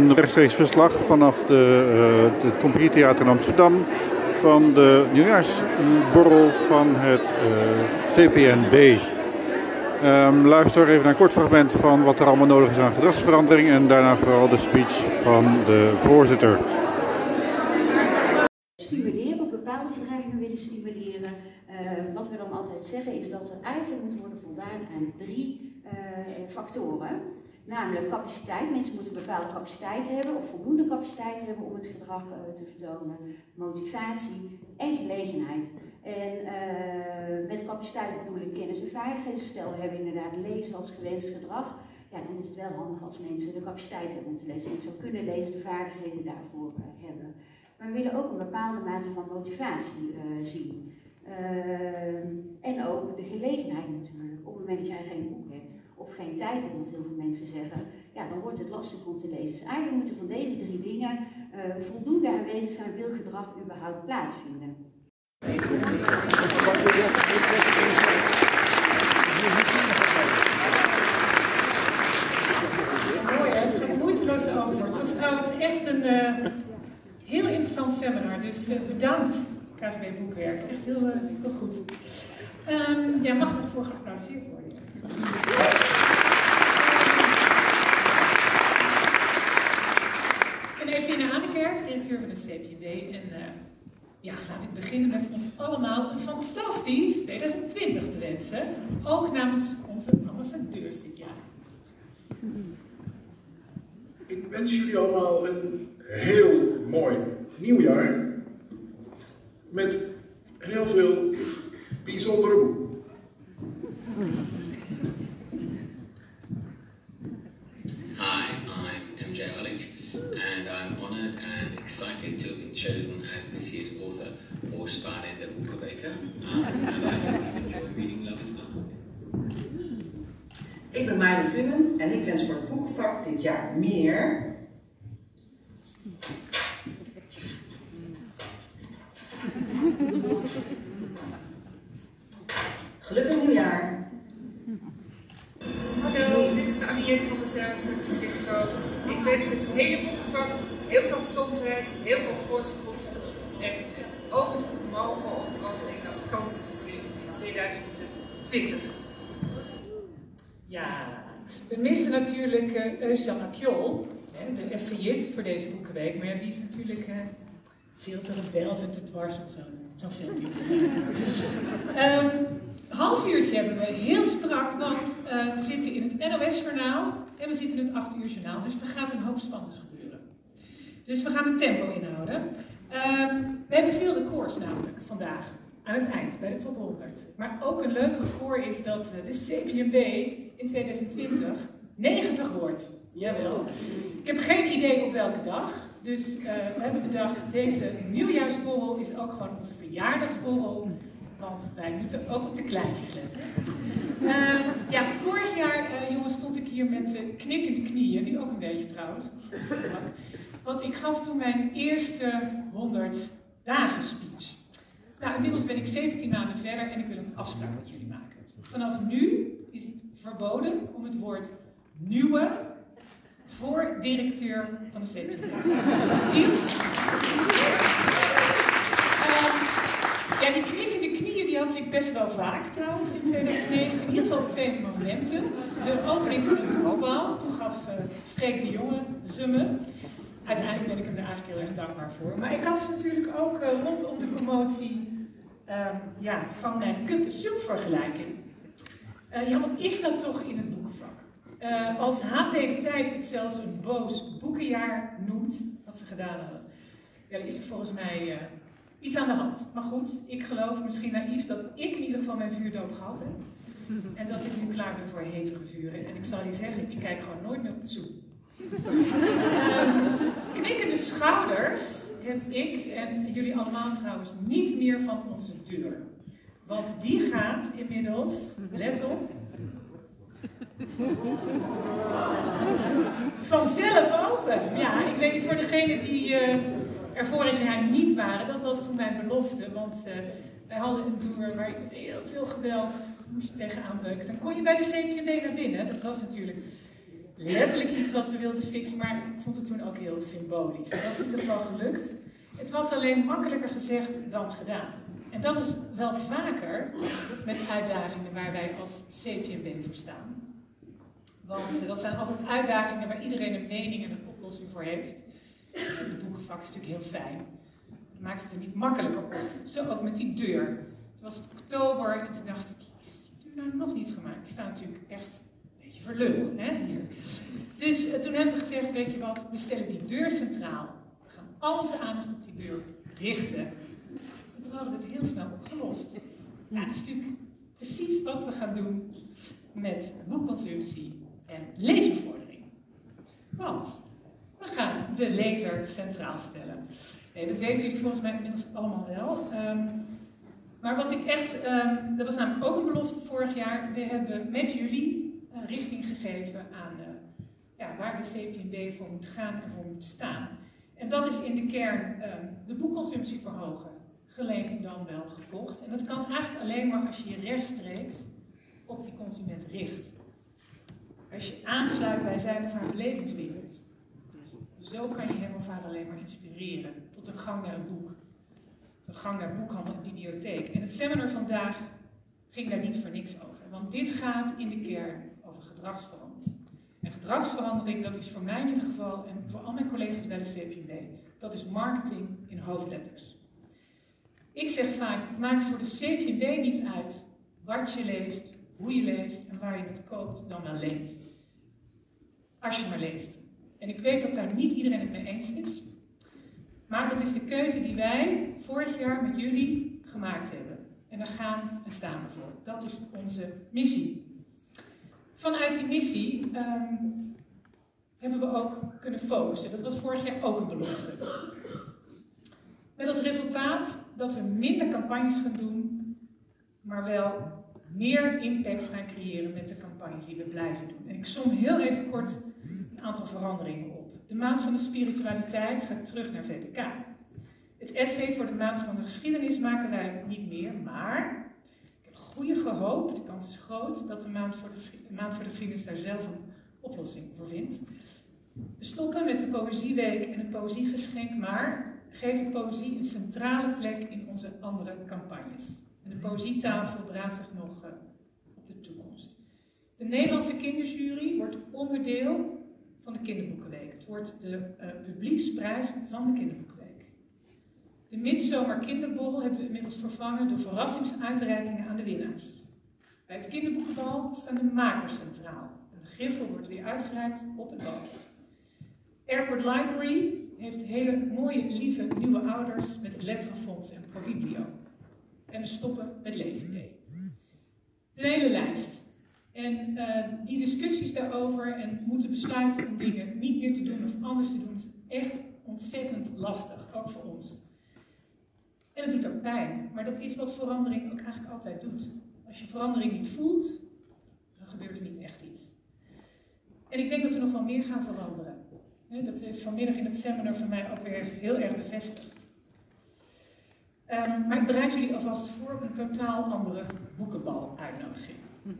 een rechtstreeks verslag vanaf het Compagnietheater in Amsterdam van de nieuwjaarsborrel van het CPNB. Luister even naar een kort fragment van wat er allemaal nodig is aan gedragsverandering en daarna vooral de speech van de voorzitter. Stimuleren, of bepaalde gedragingen willen stimuleren. Wat we dan altijd zeggen is dat er eigenlijk moet worden voldaan aan 3 factoren. Namelijk capaciteit. Mensen moeten een bepaalde capaciteit hebben of voldoende capaciteit hebben om het gedrag te vertonen. Motivatie en gelegenheid. En met capaciteit bedoel ik kennis en vaardigheden. Stel we hebben inderdaad lezen als gewenst gedrag. Ja, dan is het wel handig als mensen de capaciteit hebben om te lezen. Mensen ook kunnen lezen, de vaardigheden daarvoor hebben. Maar we willen ook een bepaalde mate van motivatie zien. En ook de gelegenheid natuurlijk. Op het moment dat jij geen boek hebt of geen tijd hebt, wat heel veel mensen zeggen, ja, dan wordt het lastig om te lezen. Dus eigenlijk moeten van deze 3 dingen voldoende aanwezig zijn, wil gedrag überhaupt plaatsvinden. Mooi, hè? Het gaat moeiteloos over. Het was trouwens echt een heel interessant seminar, dus bedankt KVB Boekwerk. Echt heel goed. Ja, mag er nog voor geapplaudiseerd worden? Ik ben Eveline Aandekerk, directeur van de CPNB. En ja, laat ik beginnen met ons allemaal een fantastisch 2020 te wensen. Ook namens onze ambassadeurs dit jaar. Ik wens jullie allemaal een heel mooi nieuwjaar. Met heel veel bijzondere boeken. Hi, I'm MJ Olick, and I'm honoured and excited to have been chosen as this year's author for Spaan in de Boekenweek. And I hope you enjoy reading Love is Blind. Ik ben Maaike Vimmen en ik wens voor het boekenvak dit jaar meer. Gelukkig nieuwjaar! Hallo, dit is Annie van de San Francisco. Ik wens het hele boekenvak heel veel gezondheid, heel veel voorspoed en het open vermogen om verandering als kansen te zien in 2020. Ja, we missen natuurlijk Eusjan Akjol, de essayist voor deze boekenweek, maar ja, die is natuurlijk veel te rebels en te dwars om zo'n filmpje te maken. Half uurtje hebben we, heel strak, want we zitten in het NOS-journaal en we zitten in het 8 uur journaal, dus er gaat een hoop spannends gebeuren. Dus we gaan het tempo inhouden. We hebben veel records namelijk vandaag, aan het eind, bij de top 100. Maar ook een leuk record is dat de CPNB in 2020 90 wordt. Jawel. Ik heb geen idee op welke dag, dus we hebben bedacht, deze nieuwjaarsborrel is ook gewoon onze verjaardagsborrel. Want wij moeten ook op de kleintjes letten. Ja, vorig jaar, jongens, stond ik hier met knikkende knieën. Nu ook een beetje trouwens. Want ik gaf toen mijn eerste 100 dagen speech. Nou, inmiddels ben ik 17 maanden verder en ik wil een afspraak met jullie maken. Vanaf nu is het verboden om het woord nieuwe voor directeur van de CPNB. Ja, die knikkende knieën die had ik best wel vaak trouwens in 2019. In ieder geval op 2 momenten. De opening van de voetbal, toen gaf Freek de Jonge ze me. Uiteindelijk ben ik hem er eigenlijk heel erg dankbaar voor. Maar ik had ze natuurlijk ook rondom de commotie ja, van mijn cup-soep-vergelijking. Ja, wat is dat toch in het boekenvak? Als HP de Tijd het zelfs een boos boekenjaar noemt, wat ze gedaan hadden, ja, dan is er volgens mij iets aan de hand. Maar goed, ik geloof misschien naïef dat ik in ieder geval mijn vuurdoop gehad heb. En dat ik nu klaar ben voor hetere vuren. En ik zal je zeggen, ik kijk gewoon nooit meer op het soep. Knikkende schouders heb ik en jullie allemaal trouwens niet meer van onze deur. Want die gaat inmiddels, let op, vanzelf open. Ja, ik weet niet, voor degenen die er vorig jaar niet waren, dat was toen mijn belofte. Want wij hadden een deur waar ik met heel veel geweld moest je tegenaan beuken. Dan kon je bij de CPNB naar binnen. Dat was natuurlijk letterlijk iets wat we wilden fixen, maar ik vond het toen ook heel symbolisch. Dat was in ieder geval gelukt. Het was alleen makkelijker gezegd dan gedaan. En dat is wel vaker met uitdagingen waar wij als CPNB voor staan. Want dat zijn altijd uitdagingen waar iedereen een mening en een oplossing voor heeft. Het boekenvak is natuurlijk heel fijn. Dat maakt het er niet makkelijker op. Zo ook met die deur. Het was oktober en toen dacht ik, is die deur nou nog niet gemaakt? Die staat natuurlijk echt een beetje voor lul, hè, hier. Dus toen hebben we gezegd, weet je wat, we stellen die deur centraal. We gaan al onze aandacht op die deur richten. En toen hadden we het heel snel opgelost. Ja, het is natuurlijk precies wat we gaan doen met boekconsumptie en leesbevordering. Want we gaan de lezer centraal stellen. Nee, dat weten jullie volgens mij inmiddels allemaal wel. Maar wat ik echt, dat was namelijk ook een belofte vorig jaar. We hebben met jullie richting gegeven aan waar de CPNB voor moet gaan en voor moet staan. En dat is in de kern de boekconsumptie verhogen. Geleend dan wel gekocht. En dat kan eigenlijk alleen maar als je je rechtstreeks op die consument richt. Als je aansluit bij zijn of haar belevingswereld. Zo kan je hem of haar alleen maar inspireren tot een gang naar een boek. Tot een gang naar boekhandel en bibliotheek. En het seminar vandaag ging daar niet voor niks over. Want dit gaat in de kern over gedragsverandering. En gedragsverandering, dat is voor mij in ieder geval en voor al mijn collega's bij de CPNB, dat is marketing in hoofdletters. Ik zeg vaak, het maakt voor de CPNB niet uit wat je leest, hoe je leest en waar je het koopt dan wel leent. Als je maar leest. En ik weet dat daar niet iedereen het mee eens is. Maar dat is de keuze die wij vorig jaar met jullie gemaakt hebben. En daar gaan en staan we voor. Dat is onze missie. Vanuit die missie hebben we ook kunnen focussen. Dat was vorig jaar ook een belofte. Met als resultaat dat we minder campagnes gaan doen, maar wel meer impact gaan creëren met de campagnes die we blijven doen. En ik som heel even kort een aantal veranderingen op. De maand van de spiritualiteit gaat terug naar VPK. Het essay voor de maand van de geschiedenis maken wij niet meer, maar ik heb goede hoop, de kans is groot, dat de maand voor de geschiedenis daar zelf een oplossing voor vindt. We stoppen met de Poëzieweek en het Poëziegeschenk, maar geven poëzie een centrale plek in onze andere campagnes. En de Poëzietafel beraadt zich nog op de toekomst. De Nederlandse kinderjury wordt onderdeel van de Kinderboekenweek. Het wordt de publieksprijs van de Kinderboekenweek. De Midzomer Kinderborrel hebben we inmiddels vervangen door verrassingsuitreikingen aan de winnaars. Bij het kinderboekenbal staan de makers centraal. En de griffel wordt weer uitgereikt op het bal. Airport Library heeft hele mooie, lieve, nieuwe ouders met het Letterenfonds en ProBiblio. En we stoppen met lezen-idee. Het is een hele lijst. En die discussies daarover en moeten besluiten om dingen niet meer te doen of anders te doen, is echt ontzettend lastig, ook voor ons. En het doet ook pijn, maar dat is wat verandering ook eigenlijk altijd doet. Als je verandering niet voelt, dan gebeurt er niet echt iets. En ik denk dat we nog wel meer gaan veranderen. Dat is vanmiddag in het seminar voor mij ook weer heel erg bevestigd. Maar ik bereid jullie alvast voor op een totaal andere boekenbal-uitnodiging.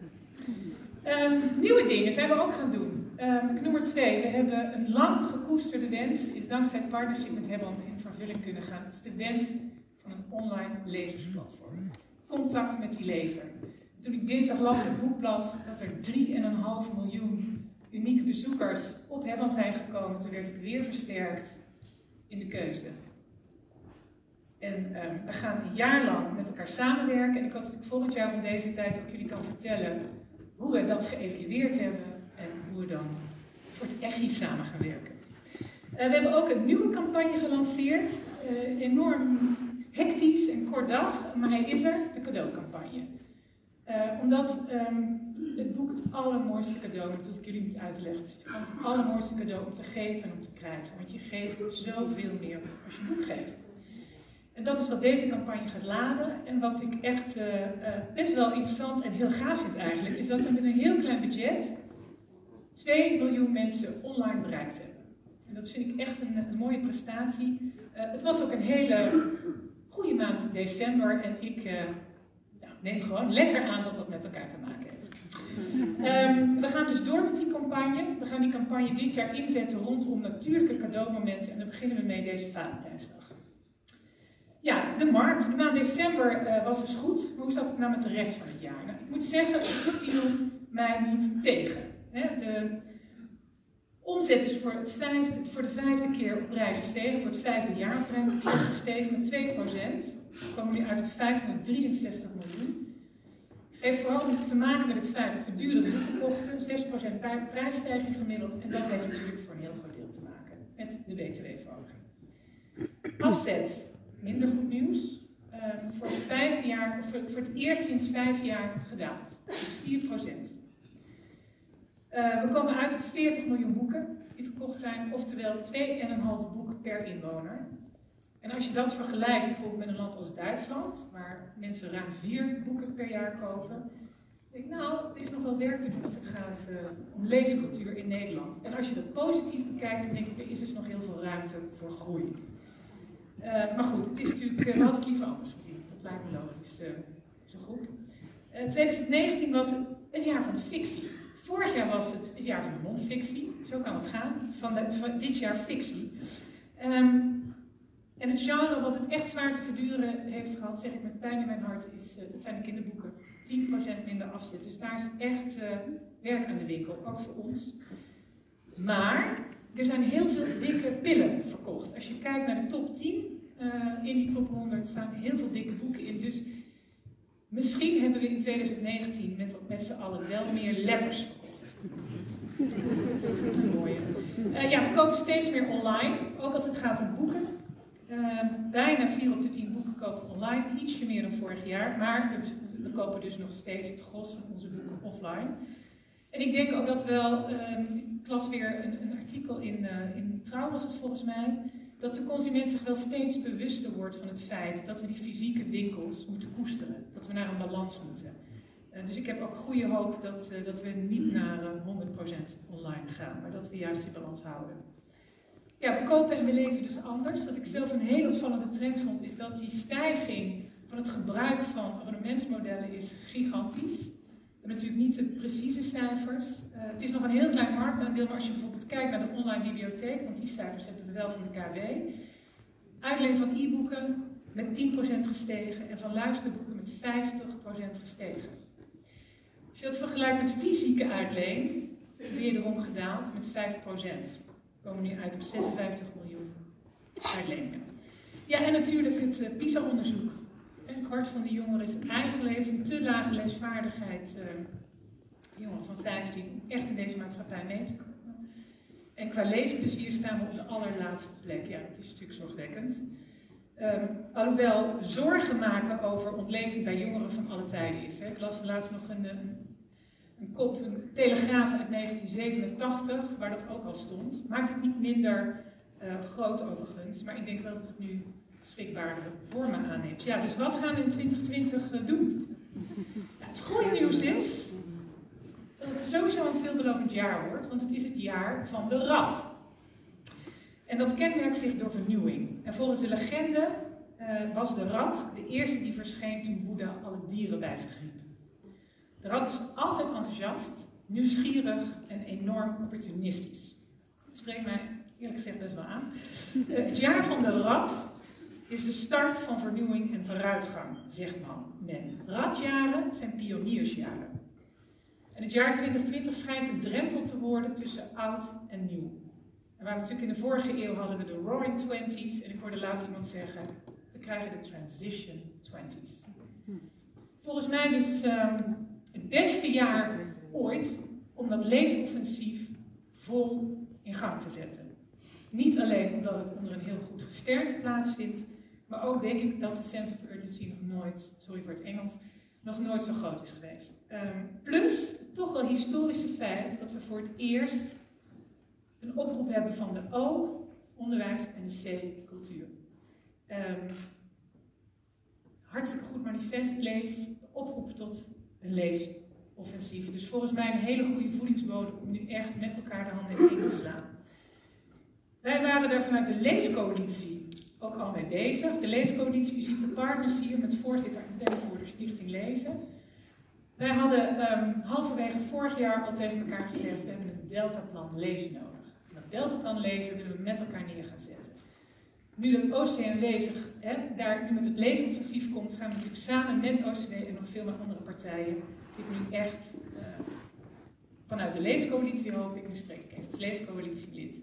Nieuwe dingen zijn we ook gaan doen. Ik noem er 2. We hebben een lang gekoesterde wens, is dankzij het partnership met Hebban in vervulling kunnen gaan. Het is de wens van een online lezersplatform. Contact met die lezer. Toen ik dinsdag las in het boekblad dat er 3,5 miljoen unieke bezoekers op Hebban zijn gekomen, toen werd ik weer versterkt in de keuze. En we gaan een jaar lang met elkaar samenwerken en ik hoop dat ik volgend jaar om deze tijd ook jullie kan vertellen hoe we dat geëvalueerd hebben en hoe we dan voor het EGI samen gaan werken. We hebben ook een nieuwe campagne gelanceerd, enorm hectisch en kort dag, maar hij is er, de cadeaucampagne. Omdat het boek het allermooiste cadeau, dat hoef ik jullie niet uit te leggen, het is het allermooiste cadeau om te geven en om te krijgen. Want je geeft zoveel meer als je boek geeft. En dat is wat deze campagne gaat laden. En wat ik echt best wel interessant en heel gaaf vind eigenlijk, is dat we met een heel klein budget 2 miljoen mensen online bereikt hebben. En dat vind ik echt een mooie prestatie. Het was ook een hele goede maand december en ik neem gewoon lekker aan dat dat met elkaar te maken heeft. We gaan dus door met die campagne. We gaan die campagne dit jaar inzetten rondom natuurlijke cadeaumomenten. En daar beginnen we mee deze Valentijnsdag. Ja, de markt. De maand december was dus goed. Maar hoe zat het nou met de rest van het jaar? Nou, ik moet zeggen, het viel mij niet tegen. De omzet is voor de vijfde keer op rij gestegen. Voor het vijfde jaar op rij gestegen met 2%. We komen nu uit op 563 miljoen. Heeft vooral te maken met het feit dat we duurdere boeken kochten, 6% prijsstijging gemiddeld. En dat heeft natuurlijk voor een heel groot deel te maken met de btw-verhoging. Afzet, minder goed nieuws. Voor het eerst sinds 5 jaar gedaald. Dus 4%. We komen uit op 40 miljoen boeken die verkocht zijn, oftewel 2,5 boeken per inwoner. En als je dat vergelijkt bijvoorbeeld met een land als Duitsland, waar mensen ruim 4 boeken per jaar kopen, denk ik, nou, er is nog wel werk te doen als het gaat om leescultuur in Nederland. En als je dat positief bekijkt, dan denk ik, er is dus nog heel veel ruimte voor groei. Maar goed, het is natuurlijk, we hadden het liever anders gezien. Dat lijkt me logisch, zo goed. 2019 was het jaar van de fictie. Vorig jaar was het jaar van de non-fictie. Zo kan het gaan. Van dit jaar fictie. En het genre wat het echt zwaar te verduren heeft gehad, zeg ik met pijn in mijn hart, dat zijn de kinderboeken. 10% minder afzet. Dus daar is echt werk aan de winkel, ook voor ons. Maar er zijn heel veel dikke pillen verkocht. Als je kijkt naar de top 10, in die top 100 staan heel veel dikke boeken in. Dus misschien hebben we in 2019 met z'n allen wel meer letters verkocht. Mooie. Ja, we kopen steeds meer online, ook als het gaat om boeken. Bijna 4 op de 10 boeken kopen we online, ietsje meer dan vorig jaar, maar we kopen dus nog steeds het gros van onze boeken offline. En ik denk ook dat wel, ik las weer een artikel in Trouw was het volgens mij, dat de consument zich wel steeds bewuster wordt van het feit dat we die fysieke winkels moeten koesteren, dat we naar een balans moeten. Dus ik heb ook goede hoop dat we niet naar 100% online gaan, maar dat we juist die balans houden. Ja, we kopen en we lezen dus anders. Wat ik zelf een hele opvallende trend vond, is dat die stijging van het gebruik van abonnementsmodellen is gigantisch. We hebben natuurlijk niet de precieze cijfers. Het is nog een heel klein marktaandeel, maar als je bijvoorbeeld kijkt naar de online bibliotheek, want die cijfers hebben we wel van de KW. Uitleen van e-boeken met 10% gestegen en van luisterboeken met 50% gestegen. Als je dat vergelijkt met fysieke uitleen, wederom gedaald met 5%. We komen nu uit op 56 miljoen uitleningen. Ja, en natuurlijk het PISA-onderzoek. Een kwart van de jongeren is aangeleverd een te lage leesvaardigheid. Jongeren van 15 om echt in deze maatschappij mee te komen. En qua leesplezier staan we op de allerlaatste plek. Ja, dat is natuurlijk zorgwekkend. Alhoewel zorgen maken over ontlezing bij jongeren van alle tijden is. Ik las laatst nog een kop, een telegraaf uit 1987, waar dat ook al stond. Maakt het niet minder groot overigens, maar ik denk wel dat het nu schrikbaardere vormen aanneemt. Ja, dus wat gaan we in 2020 doen? Ja, het goede nieuws is dat het sowieso een veelbelovend jaar wordt, want het is het jaar van de rat. En dat kenmerkt zich door vernieuwing. En volgens de legende was de rat de eerste die verscheen toen Boeddha alle dieren bij zich riep. De rat is altijd enthousiast, nieuwsgierig en enorm opportunistisch. Dat spreekt mij eerlijk gezegd best wel aan. Het jaar van de rat is de start van vernieuwing en vooruitgang, zegt men. Ratjaren zijn pioniersjaren. En het jaar 2020 schijnt een drempel te worden tussen oud en nieuw. En waar we natuurlijk in de vorige eeuw hadden we de Roaring Twenties, en ik hoorde laatst iemand zeggen, we krijgen de Transition Twenties. Volgens mij dus het beste jaar ooit om dat leesoffensief vol in gang te zetten. Niet alleen omdat het onder een heel goed gesternte plaatsvindt, maar ook denk ik dat de sense of urgency nog nooit, sorry voor het Engels, nog nooit zo groot is geweest. Plus, toch wel historische feit dat we voor het eerst een oproep hebben van de O, onderwijs, en de C, cultuur. Hartstikke goed manifest, lees, oproep tot een leesoffensief. Dus volgens mij een hele goede voedingsbodem om nu echt met elkaar de handen in te slaan. Wij waren daar vanuit de Leescoalitie ook al mee bezig. De Leescoalitie, u ziet de partners hier met voorzitter en penvoerder Stichting Lezen. Wij hadden halverwege vorig jaar al tegen elkaar gezegd, we hebben een deltaplan lezen nodig. Dat deltaplan lezen willen we met elkaar neer gaan zetten. Nu dat OCMW zich daar nu met het leesoffensief komt, gaan we natuurlijk samen met OCW en nog veel meer andere partijen dit nu echt vanuit de leescoalitie hoop ik, nu spreek ik even als leescoalitielid,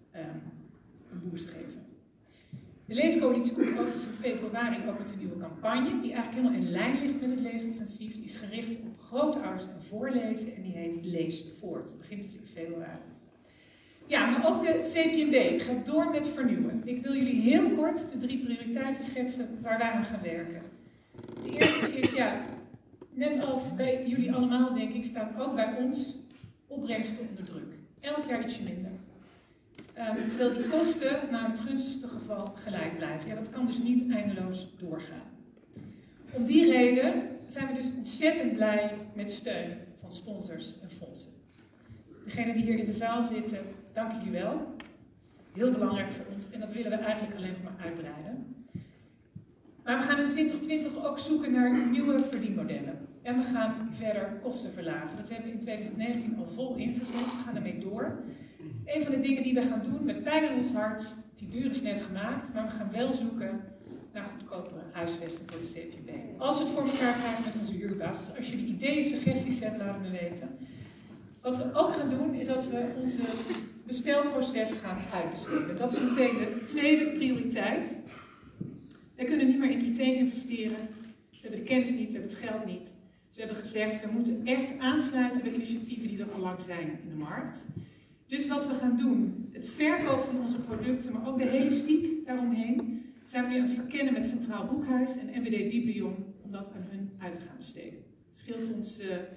een boost geven. De leescoalitie komt overigens in februari ook met een nieuwe campagne, die eigenlijk helemaal in lijn ligt met het leesoffensief. Die is gericht op grootouders en voorlezen en die heet Lees Voort. Het begint dus in februari. Ja, maar ook de CPNB gaat door met vernieuwen. Ik wil jullie heel kort de 3 prioriteiten schetsen waar wij aan gaan werken. De eerste is, net als bij jullie allemaal denk ik, staan ook bij ons opbrengsten onder druk. Elk jaar ietsje minder. Terwijl die kosten, nou in het gunstigste geval, gelijk blijven. Ja, dat kan dus niet eindeloos doorgaan. Om die reden zijn we dus ontzettend blij met steun van sponsors en fondsen. Degenen die hier in de zaal zitten, dank jullie wel. Heel belangrijk voor ons en dat willen we eigenlijk alleen nog maar uitbreiden. Maar we gaan in 2020 ook zoeken naar nieuwe verdienmodellen. En we gaan verder kosten verlagen. Dat hebben we in 2019 al vol ingezet. We gaan ermee door. Een van de dingen die we gaan doen met pijn in ons hart, die duur is net gemaakt, maar we gaan wel zoeken naar goedkopere huisvesting voor de CPNB. Als we het voor elkaar krijgen met onze huurbasis, dus als jullie ideeën, suggesties hebben, laat het me weten. Wat we ook gaan doen, is dat we onze bestelproces gaan uitbesteden. Dat is meteen de tweede prioriteit. Wij kunnen niet meer in IT investeren. We hebben de kennis niet, we hebben het geld niet. Dus we hebben gezegd, we moeten echt aansluiten bij initiatieven die er al lang zijn in de markt. Dus wat we gaan doen, het verkopen van onze producten, maar ook de helistiek daaromheen, zijn we nu aan het verkennen met Centraal Boekhuis en MBD Biblion om dat aan hun uit te gaan besteden. Het scheelt ons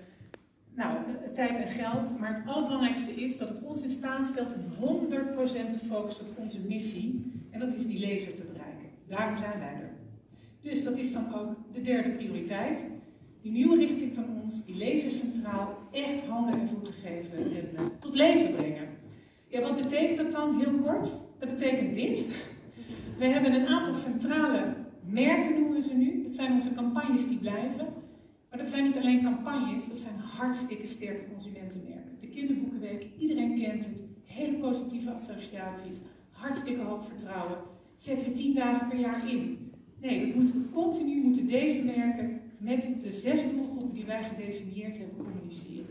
tijd en geld, maar het allerbelangrijkste is dat het ons in staat stelt om 100% te focussen op onze missie en dat is die lezer te bereiken. Daarom zijn wij er. Dus dat is dan ook de derde prioriteit. Die nieuwe richting van ons, die lezer centraal, echt handen en voeten geven en tot leven brengen. Ja, wat betekent dat dan? Heel kort. Dat betekent dit. We hebben een aantal centrale merken, noemen we ze nu. Dat zijn onze campagnes die blijven. Maar dat zijn niet alleen campagnes, dat zijn hartstikke sterke consumentenmerken. De Kinderboekenweek, iedereen kent het. Hele positieve associaties, hartstikke hoog vertrouwen. Zetten we 10 dagen per jaar in. Nee, dat moeten we continu, moeten deze merken met de 6 doelgroepen die wij gedefinieerd hebben communiceren.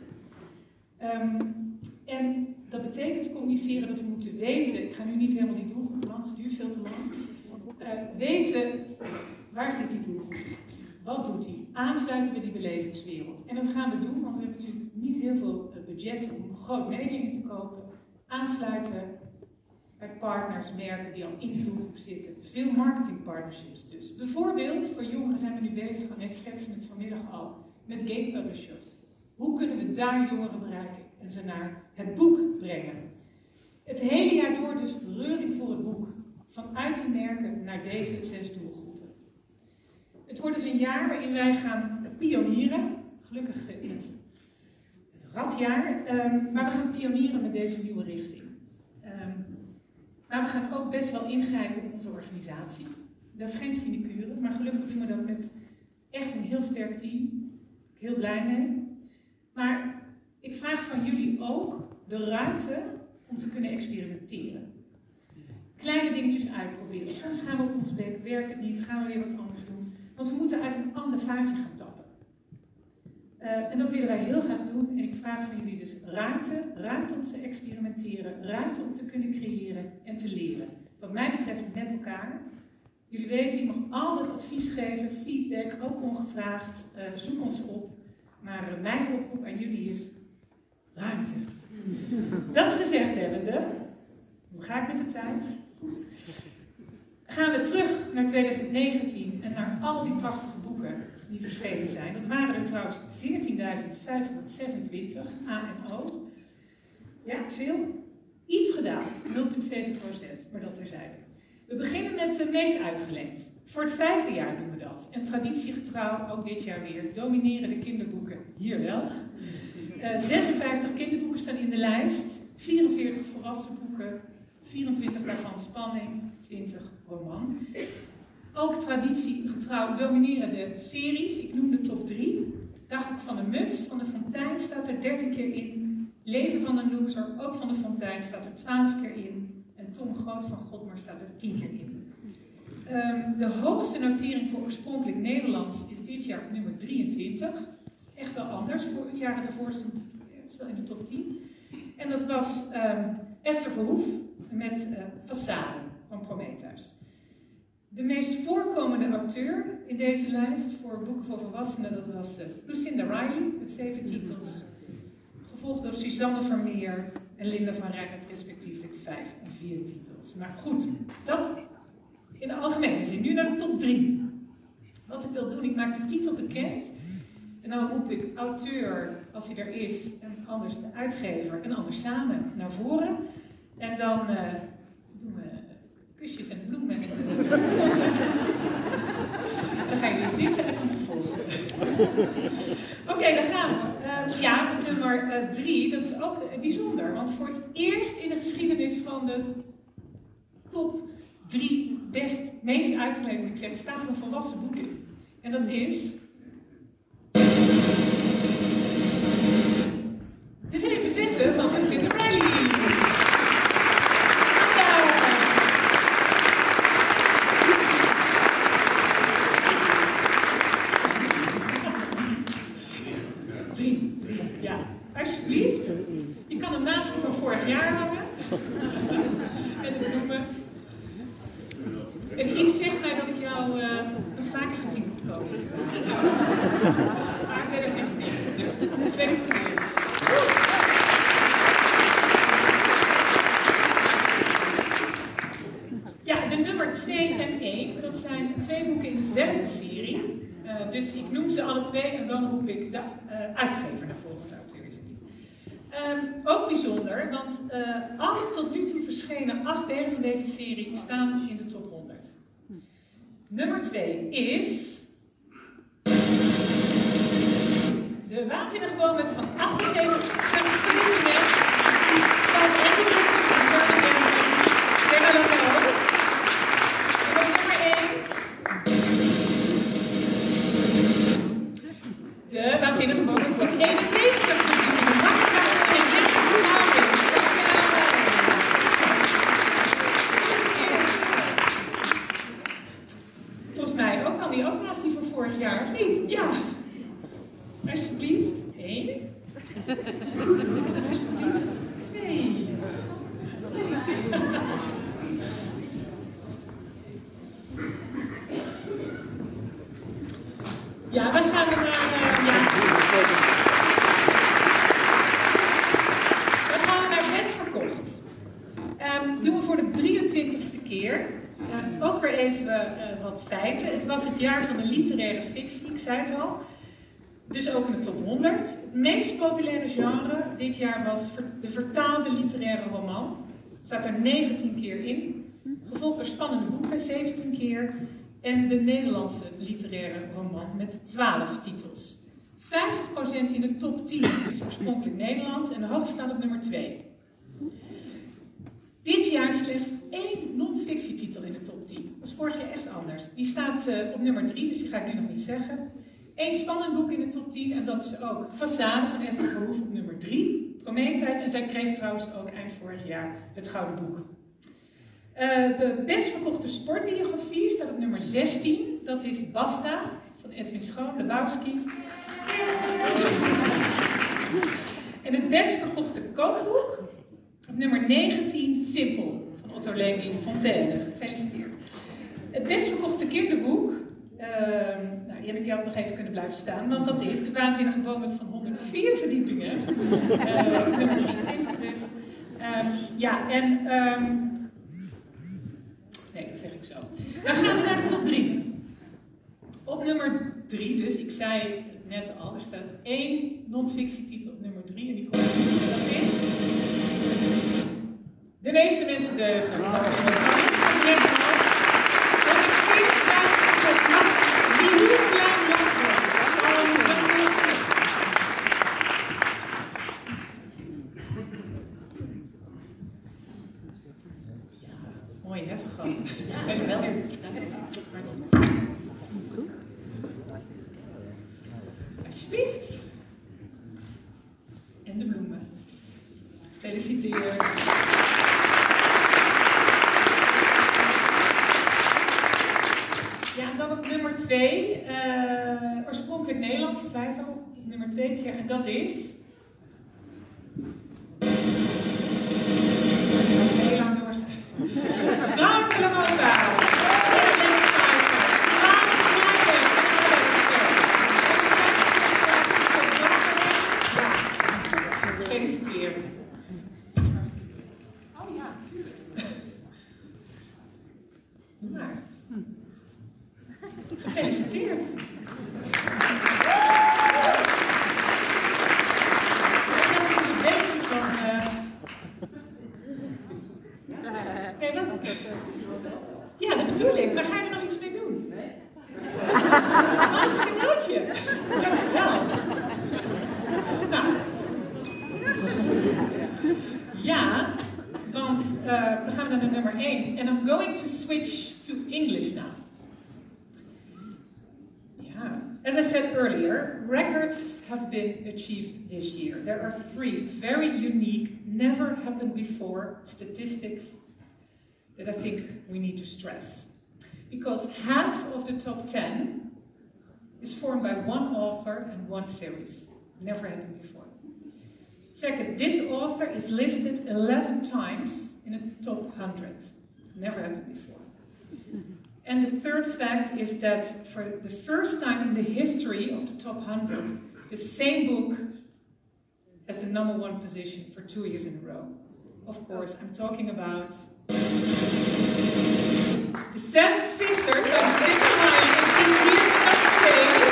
En dat betekent communiceren dat we moeten weten, ik ga nu niet helemaal die doelgroep langs, het duurt veel te lang, weten waar zit die doelgroep, wat doet die, aansluiten we die belevingswereld. En dat gaan we doen, want we hebben natuurlijk niet heel veel budget om groot media in te kopen, aansluiten bij partners, merken die al in die doelgroep zitten. Veel marketingpartnerships dus. Bijvoorbeeld, voor jongeren zijn we nu bezig, Annette schetste het vanmiddag al, met game publishers. Hoe kunnen we daar jongeren bereiken en ze naar het boek brengen? Het hele jaar door dus reuring voor het boek. Vanuit die merken naar deze 6 doelgroepen. Het wordt dus een jaar waarin wij gaan pionieren. Gelukkig in het radjaar. Maar we gaan pionieren met deze nieuwe richting. Maar we gaan ook best wel ingrijpen in onze organisatie. Dat is geen sinecure, maar gelukkig doen we dat met echt een heel sterk team. Daar ben ik heel blij mee. Maar ik vraag van jullie ook de ruimte om te kunnen experimenteren. Kleine dingetjes uitproberen. Soms gaan we op ons bek, werkt het niet, gaan we weer wat anders doen. Want we moeten uit een ander vaatje gaan tappen. En dat willen wij heel graag doen. En ik vraag van jullie dus ruimte om te experimenteren, ruimte om te kunnen creëren en te leren. Wat mij betreft met elkaar. Jullie weten, je mag altijd advies geven, feedback, ook ongevraagd. Zoek ons op. Maar mijn oproep aan jullie is ruimte. Dat gezegd hebbende, hoe ga ik met de tijd? Goed. Gaan we terug naar 2019 en naar al die prachtige boeken die verschenen zijn. Dat waren er trouwens 14.526 A en O. Ja, veel. Iets gedaald, 0,7%, maar dat terzijde. We beginnen met de meest uitgeleend. Voor het 5e jaar doen we dat. En traditiegetrouw, ook dit jaar weer, domineren de kinderboeken hier wel. 56 kinderboeken staan in de lijst, 44 volwassen boeken, 24 daarvan spanning, 20 roman. Ook traditiegetrouw domineren de series, ik noem de top 3. Dagboek van de Muts, Van de Fontijn staat er 13 keer in. Leven van een loser, ook Van de Fontijn, staat er 12 keer in. En Tom Groot van Godmer staat er 10 keer in. De hoogste notering voor oorspronkelijk Nederlands is dit jaar nummer 23. Dat is echt wel anders. Voor jaren daarvoor stond het is wel in de top 10. En dat was Esther Verhoef met Façade van Prometheus. De meest voorkomende auteur in deze lijst voor boeken voor volwassenen, dat was Lucinda Riley met 7 titels. Gevolgd door Suzanne Vermeer en Linda van Rijn met respectievelijk 5 en 4 titels. Maar goed, dat in de algemene zin. Nu naar de top 3. Wat ik wil doen, ik maak de titel bekend. En dan roep ik auteur, als hij er is, en anders de uitgever, en anders samen naar voren. En dan doen we kusjes en bloemen. Dan ga je weer zitten en komt de volgende. Oké, daar gaan we. Ja, nummer 3, dat is ook bijzonder. Want voor het eerst in de geschiedenis van de top 3 meest uitgelezen, moet ik zeggen, staat er een volwassen boek in. En dat is De 7 Zussen van Lucinda Riley. Ja, alsjeblieft. Je kan hem naast van vorig jaar hangen. En de bloemen. En iets zegt mij dat ik jou nog vaker gezien moet komen. Maar verder zeg ik niks. Tweede plezier. Ja, de nummer 2 en 1, dat zijn 2 boeken in dezelfde serie. Dus ik noem ze alle 2 en dan roep ik de uitgever naar voren, de auteur is het niet. Ook bijzonder, want alle tot nu toe verschenen 8 delen van deze serie staan in de top 100. Nummer 2 is De Waanzinnige Boom met van 78 De Waanzinnige Boom van 91. Volgens mij ook, kan die ook naast die van vorig jaar, of niet? Ja. Alsjeblieft. 1. Alsjeblieft. 2. Ja, dan gaan we naar... Dan gaan we naar best verkocht. Doen we voor de 23ste keer. Ook weer even wat feiten. Het was het jaar van de literaire fictie, ik zei het al. Dus ook in de top 100. Het meest populaire genre dit jaar was de vertaalde literaire roman. Staat er 19 keer in. Gevolgd door spannende boeken, 17 keer. En de Nederlandse literaire roman met 12 titels. 50% in de top 10 is oorspronkelijk Nederlands en de hoogste staat op nummer 2. Dit jaar slechts 1 non-fictietitel in de top 10. Dat is vorig jaar echt anders. Die staat op nummer 3, dus die ga ik nu nog niet zeggen. 1 spannend boek in de top 10 en dat is ook Façade van Esther Verhoef op nummer 3. Prometheus, en zij kreeg trouwens ook eind vorig jaar het Gouden Boek. De best verkochte sportbiografie staat op nummer 16. Dat is Basta van Edwin Schoon, Lebowski. En het best verkochte kookboek op nummer 19, Simpel van Otto Levi Fontaine. Gefeliciteerd. Het best verkochte kinderboek, die heb ik jou nog even kunnen blijven staan, want dat is De Waanzinnige Boom met van 104 verdiepingen. Nummer 23 dus. Nee, dat zeg ik zo. Dan gaan we naar de top 3. Op nummer 3, dus ik zei het net al, er staat 1 non-fictietitel op nummer 3 en die komt en dat is De Meeste Mensen Deugen. Mooi, hè, zo groot. Wel. Alsjeblieft. Ja, en dan op nummer 2. Oorspronkelijk Nederlands, ik zei het al. Nummer 2 dit jaar. En dat is... Heel lang door. Buiten de Moka. Gefeliciteerd. Oh ja, tuurlijk. Doe maar. Gefeliciteerd. Ja, dat bedoel ik. Maar ga je er nog iets mee doen? Nee. Oh, is een cadeautje. Dankjewel. Nou. Ja, want we gaan naar nummer 1. And I'm going to switch to English now. Yeah. As I said earlier, records have been achieved this year. There are 3 very unique, never happened before statistics that I think we need to stress. Because half of the top 10 is formed by one author and one series. Never happened before. Second, this author is listed 11 times in the top 100. Never happened before. And the third fact is that for the first time in the history of the top 100, the same book has the #1 position for 2 years in a row. Of course, I'm talking about The Seven Sisters by Jacinta Ryan, and she's here today.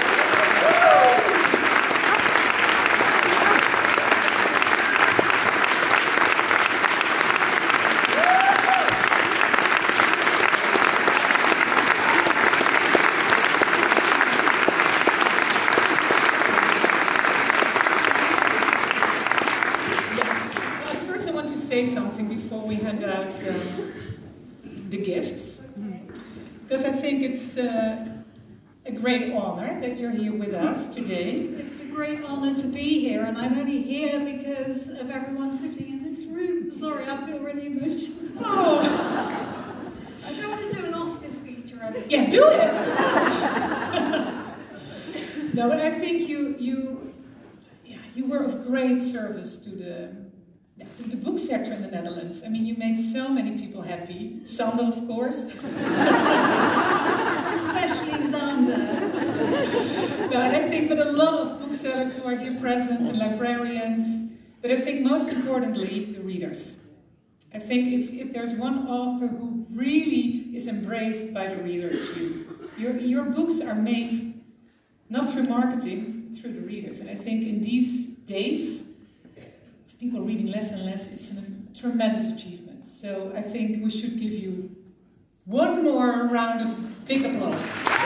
First, I want to say something before we hand out the gifts, because I think it's a great honor that you're here with us today. It's a great honor to be here, and I'm only here because of everyone sitting in this room. Sorry, I feel really emotional. Oh, I don't want to do an Oscar speech or anything. yeah, do it. No, but I think you were of great service to the book sector in the Netherlands. I mean, you made so many people happy. Sander, of course. Especially Sander. No, and I think, but a lot of booksellers who are here present, and librarians, but I think most importantly, the readers. I think if there's one author who really is embraced by the reader, it's you. Your books are made not through marketing, through the readers. And I think in these days, people reading less and less, it's a tremendous achievement. So I think we should give you one more round of big applause.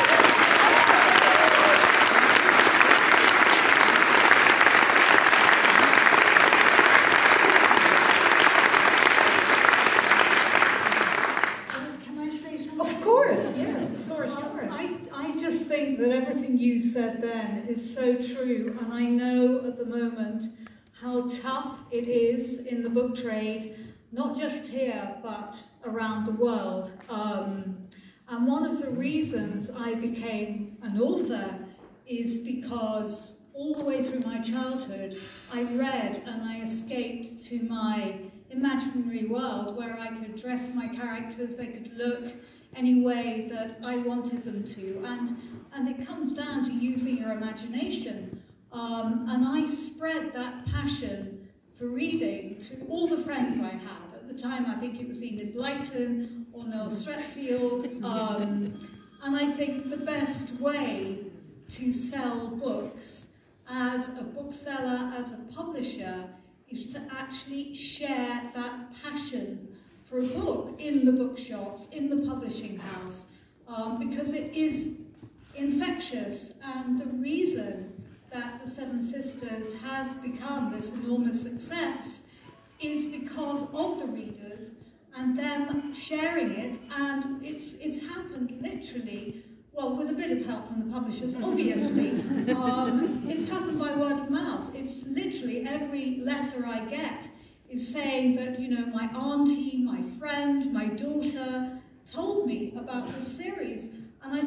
Can I say something? Of course, yes, the floor is yours. I just think that everything you said then is so true, and I know at the moment how tough it is in the book trade, not just here, but around the world. And one of the reasons I became an author is because all the way through my childhood, I read and I escaped to my imaginary world where I could dress my characters, they could look any way that I wanted them to. And it comes down to using your imagination. And I spread that passion for reading to all the friends I had. At the time, I think it was Enid Blyton or Noel Stretfield. And I think the best way to sell books as a bookseller, as a publisher, is to actually share that passion for a book in the bookshops, in the publishing house, because it is infectious. And the reason that The Seven Sisters has become this enormous success is because of the readers and them sharing it, and it's happened literally, well, with a bit of help from the publishers, obviously. It's happened by word of mouth. It's literally every letter I get is saying that, you know, my auntie, my friend, my daughter told me about this series. And I think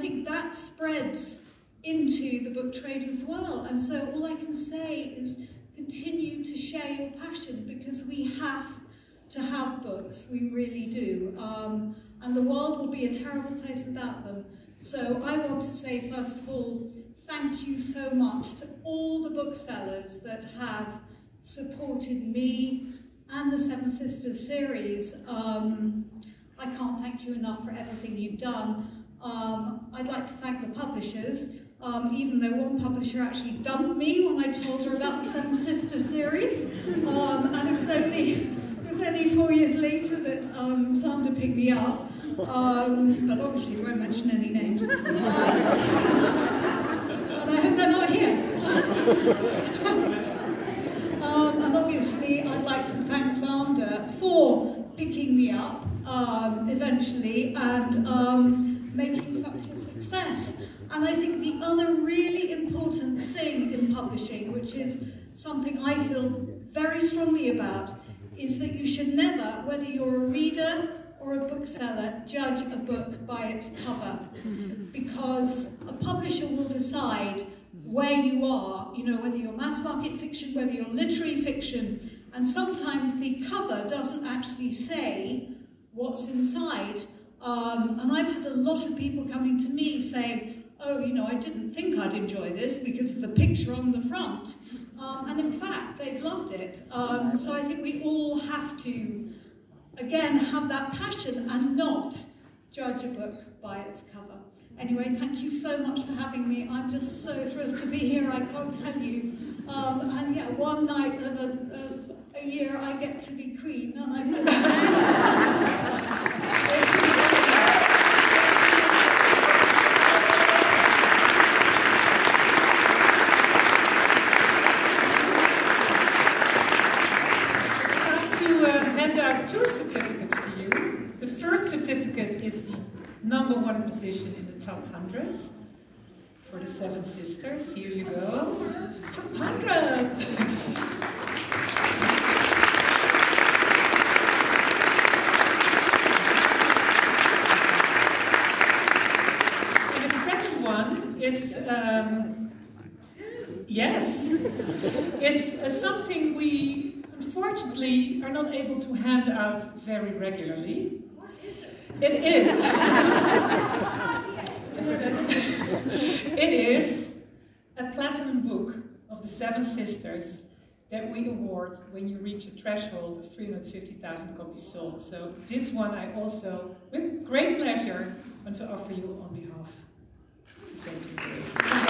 that spreads into the book trade as well. And so all I can say is continue to share your passion, because we have to have books, we really do. And the world will be a terrible place without them. So I want to say, first of all, thank you so much to all the booksellers that have supported me and the Seven Sisters series. I can't thank you enough for everything you've done. I'd like to thank the publishers, even though one publisher actually dumped me when I told her about the Seven Sisters series. And it was only 4 years later that Sander picked me up. But obviously we won't mention any names. And I hope they're not here. And obviously I'd like to thank Sander for picking me up eventually and making such a success. And I think the other really important thing in publishing, which is something I feel very strongly about, is that you should never, whether you're a reader or a bookseller, judge a book by its cover. Because a publisher will decide where you are, you know, whether you're mass market fiction, whether you're literary fiction, and sometimes the cover doesn't actually say what's inside. And I've had a lot of people coming to me saying, oh, you know, I didn't think I'd enjoy this because of the picture on the front. And in fact, they've loved it. So I think we all have to, again, have that passion and not judge a book by its cover. Anyway, thank you so much for having me. I'm just so thrilled to be here, I can't tell you. And yeah, one night of a year I get to be queen, and I feel two certificates to you. The first certificate is the #1 position in the top 100 for the Seven Sisters. Here you go. Top 100! And the second one is, is something we unfortunately are not able to hand out very regularly. It is. It is a platinum book of the Seven Sisters that we award when you reach a threshold of 350,000 copies sold. So this one I also, with great pleasure, want to offer you on behalf of the same people.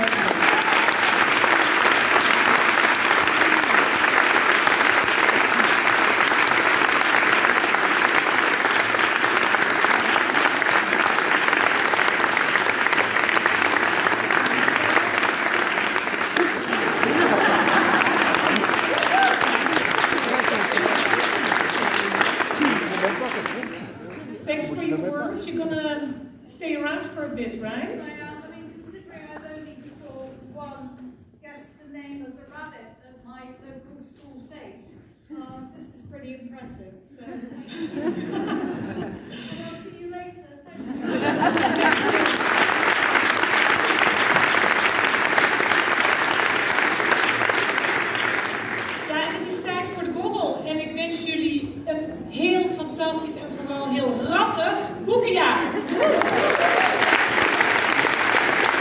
Thanks for your words. You're gonna stay around for a bit, right? I mean, considering I've only before one guessed the name of the rabbit at my local school fete, this is pretty impressive. So, I'll see you later. Thank you.